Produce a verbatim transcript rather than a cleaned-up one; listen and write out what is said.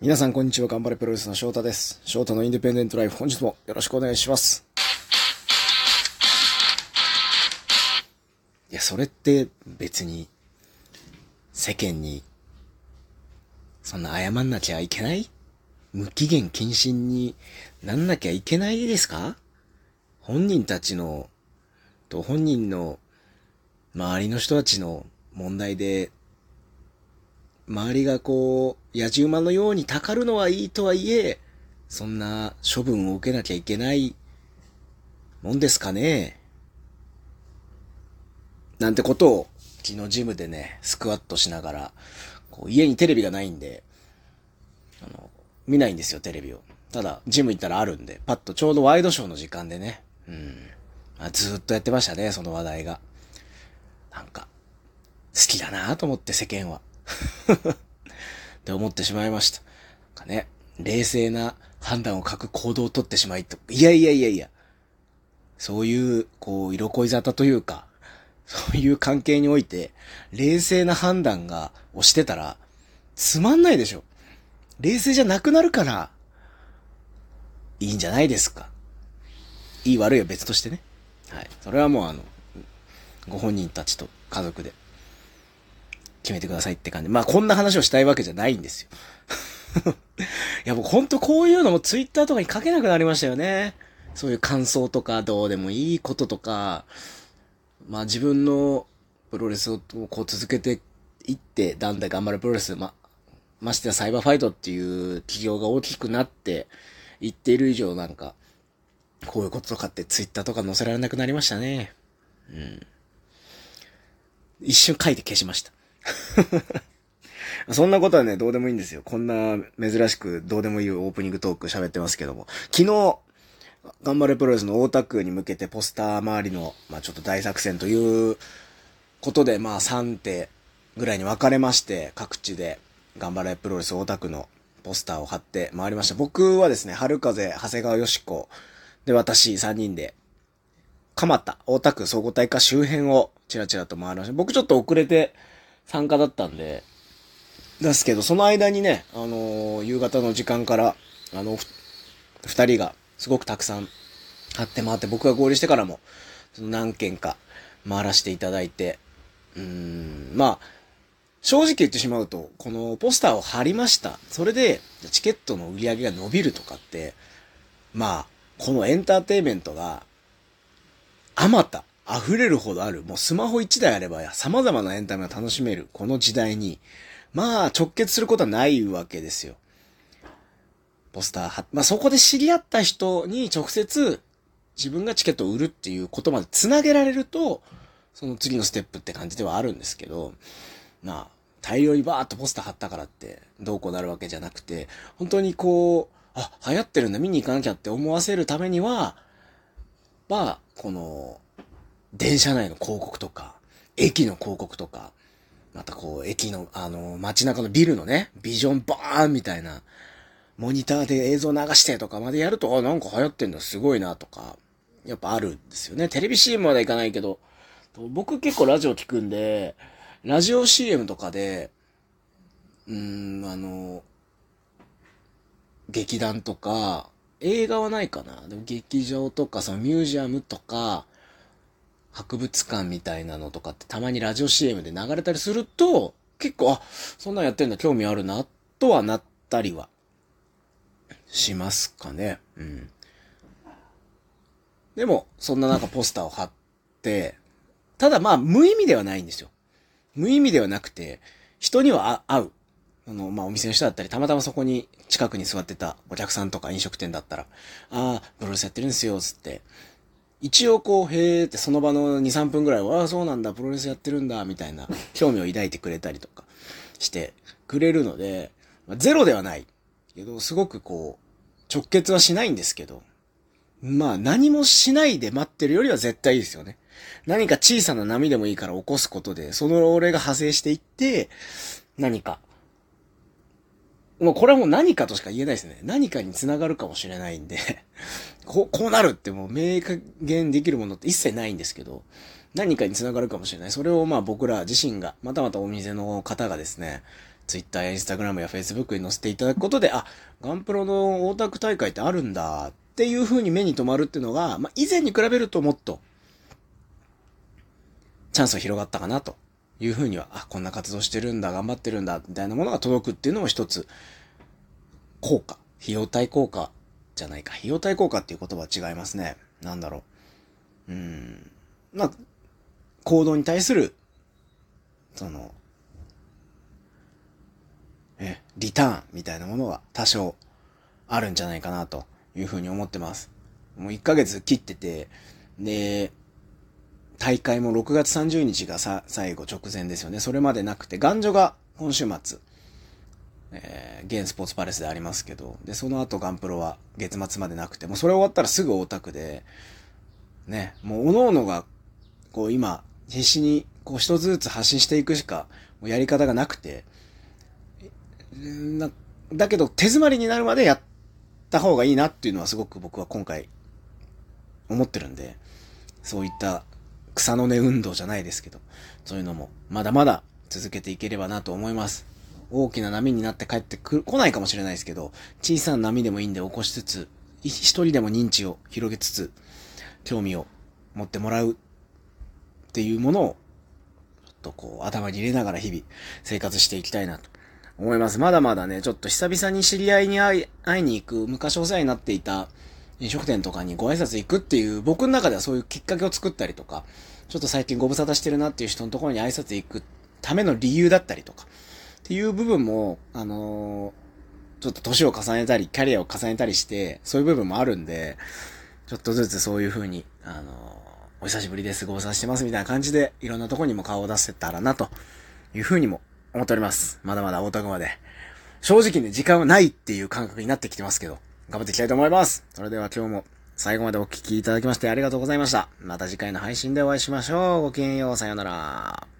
皆さんこんにちは。頑張れプロレスの翔太です。翔太のインディペンデントライフ、本日もよろしくお願いします。いや、それって別に世間にそんな謝んなきゃいけない？無期限謹慎になんなきゃいけないですか？本人たちのと本人の周りの人たちの問題で、周りがこう野じ馬のようにたかるのはいいとはいえ、そんな処分を受けなきゃいけないもんですかね。なんてことを昨日ジムでね、スクワットしながら、こう家にテレビがないんで、あの見ないんですよ、テレビを。ただジム行ったらあるんで、パッとちょうどワイドショーの時間でね、うん、まあ、ずーっとやってましたね、その話題が。なんか好きだなと思って、世間はって思ってしまいました。なんかね、冷静な判断を書く行動をとってしまいと、いやいやいやいや、そういうこう色恋沙汰というか、そういう関係において冷静な判断がをしてたらつまんないでしょ。冷静じゃなくなるからいいんじゃないですか。いい悪いは別としてね。はい。それはもうあのご本人たちと家族で決めてくださいって感じ。まあこんな話をしたいわけじゃないんですよ。いやもうほんとこういうのもツイッターとかに書けなくなりましたよね。そういう感想とかどうでもいいこととか、まあ自分のプロレスをこう続けていって、だんだん頑張るプロレス、ま、ましてやサイバーファイトっていう企業が大きくなっていっている以上、なんか、こういうこととかってツイッターとか載せられなくなりましたね。うん。一瞬書いて消しました。そんなことはね、どうでもいいんですよ。こんな珍しくどうでもいいオープニングトーク喋ってますけども。昨日、頑張れプロレスの大田区に向けてポスター周りの、まあちょっと大作戦ということで、まあさん手ぐらいに分かれまして、各地で頑張れプロレス大田区のポスターを貼って回りました。僕はですね、春風、長谷川よしこで私さんにんで、蒲田、大田区総合体育館周辺をチラチラと回りました。僕ちょっと遅れて参加だったんで、ですけど、その間にね、あのー、夕方の時間から、あの、二人がすごくたくさん貼って回って、僕が合流してからも、その何件か回らせていただいて、うーん、まあ、正直言ってしまうと、このポスターを貼りました。それで、チケットの売り上げが伸びるとかって、まあ、このエンターテイメントが、あまた、溢れるほどある、もうスマホ一台あれば様々なエンタメを楽しめる、この時代に、まあ、直結することはないわけですよ。ポスター貼、まあそこで知り合った人に直接自分がチケットを売るっていうことまで繋げられると、その次のステップって感じではあるんですけど、まあ、大量にバーっとポスター貼ったからってどうこうなるわけじゃなくて、本当にこう、あ、流行ってるんだ、見に行かなきゃって思わせるためには、まあ、この、電車内の広告とか、駅の広告とか、またこう、駅の、あの、街中のビルのね、ビジョンバーンみたいな、モニターで映像流してとかまでやると、あ、なんか流行ってんだ、すごいなとか、やっぱあるんですよね。テレビ シーエム までいかないけど、僕結構ラジオ聞くんで、ラジオ シーエム とかで、うーん、あの、劇団とか、映画はないかな。でも劇場とか、そのミュージアムとか、博物館みたいなのとかってたまにラジオ シーエム で流れたりすると、結構、あ、そんなんやってんだ、興味あるな、とはなったりはしますかね。うん。でも、そんな中ポスターを貼って、ただまあ、無意味ではないんですよ。無意味ではなくて、人には会う。あの、まあ、お店の人だったり、たまたまそこに近くに座ってたお客さんとか飲食店だったら、ああ、プロレスやってるんですよ、つって。一応こう、へーってその場のに、さんぷんぐらいは、ああ、そうなんだ、プロレスやってるんだ、みたいな、興味を抱いてくれたりとかしてくれるので、まあ、ゼロではない。けど、すごくこう、直結はしないんですけど、まあ、何もしないで待ってるよりは絶対いいですよね。何か小さな波でもいいから起こすことで、その俺が派生していって、何か、もうこれはもう何かとしか言えないですね。何かに繋がるかもしれないんでこう、こうなるってもう明言できるものって一切ないんですけど、何かに繋がるかもしれない。それをまあ僕ら自身が、またまたお店の方がですね、 Twitter や Instagram や Facebook に載せていただくことで、あ、ガンプロの大田区大会ってあるんだっていう風に目に留まるっていうのが、まあ、以前に比べるともっと、チャンスが広がったかなという風には、あ、こんな活動してるんだ、頑張ってるんだ、みたいなものが届くっていうのも一つ、効果。費用対効果じゃないか。費用対効果っていう言葉は違いますね。なんだろう。うーん。まあ、行動に対する、その、え、リターンみたいなものが多少あるんじゃないかなというふうに思ってます。もういっかげつ切ってて、で、大会もろくがつさんじゅうにちがさ最後直前ですよね。それまでなくて、元女が今週末、えー、現スポーツパレスでありますけど、で、その後ガンプロは月末までなくて、もうそれ終わったらすぐ大田区で、ね、もう各々が、こう今、必死にこう一つずつ発信していくしか、もうやり方がなくて、な、だけど手詰まりになるまでやった方がいいなっていうのはすごく僕は今回思ってるんで、そういった草の根運動じゃないですけど、そういうのもまだまだ続けていければなと思います。大きな波になって帰ってくる、来ないかもしれないですけど、小さな波でもいいんで起こしつつ、一人でも認知を広げつつ、興味を持ってもらうっていうものを、ちょっとこう頭に入れながら日々生活していきたいなと思います。まだまだね、ちょっと久々に知り合いに会い、会いに行く、昔お世話になっていた飲食店とかにご挨拶行くっていう、僕の中ではそういうきっかけを作ったりとか、ちょっと最近ご無沙汰してるなっていう人のところに挨拶行くための理由だったりとか、っていう部分も、あのー、ちょっと年を重ねたり、キャリアを重ねたりして、そういう部分もあるんで、ちょっとずつそういう風に、あのー、お久しぶりです、ご無沙汰してますみたいな感じで、いろんなところにも顔を出せたらな、という風にも思っております。まだまだ大田区まで。正直ね、時間はないっていう感覚になってきてますけど、頑張っていきたいと思います。それでは今日も最後までお聞きいただきましてありがとうございました。また次回の配信でお会いしましょう。ごきげんよう。さようなら。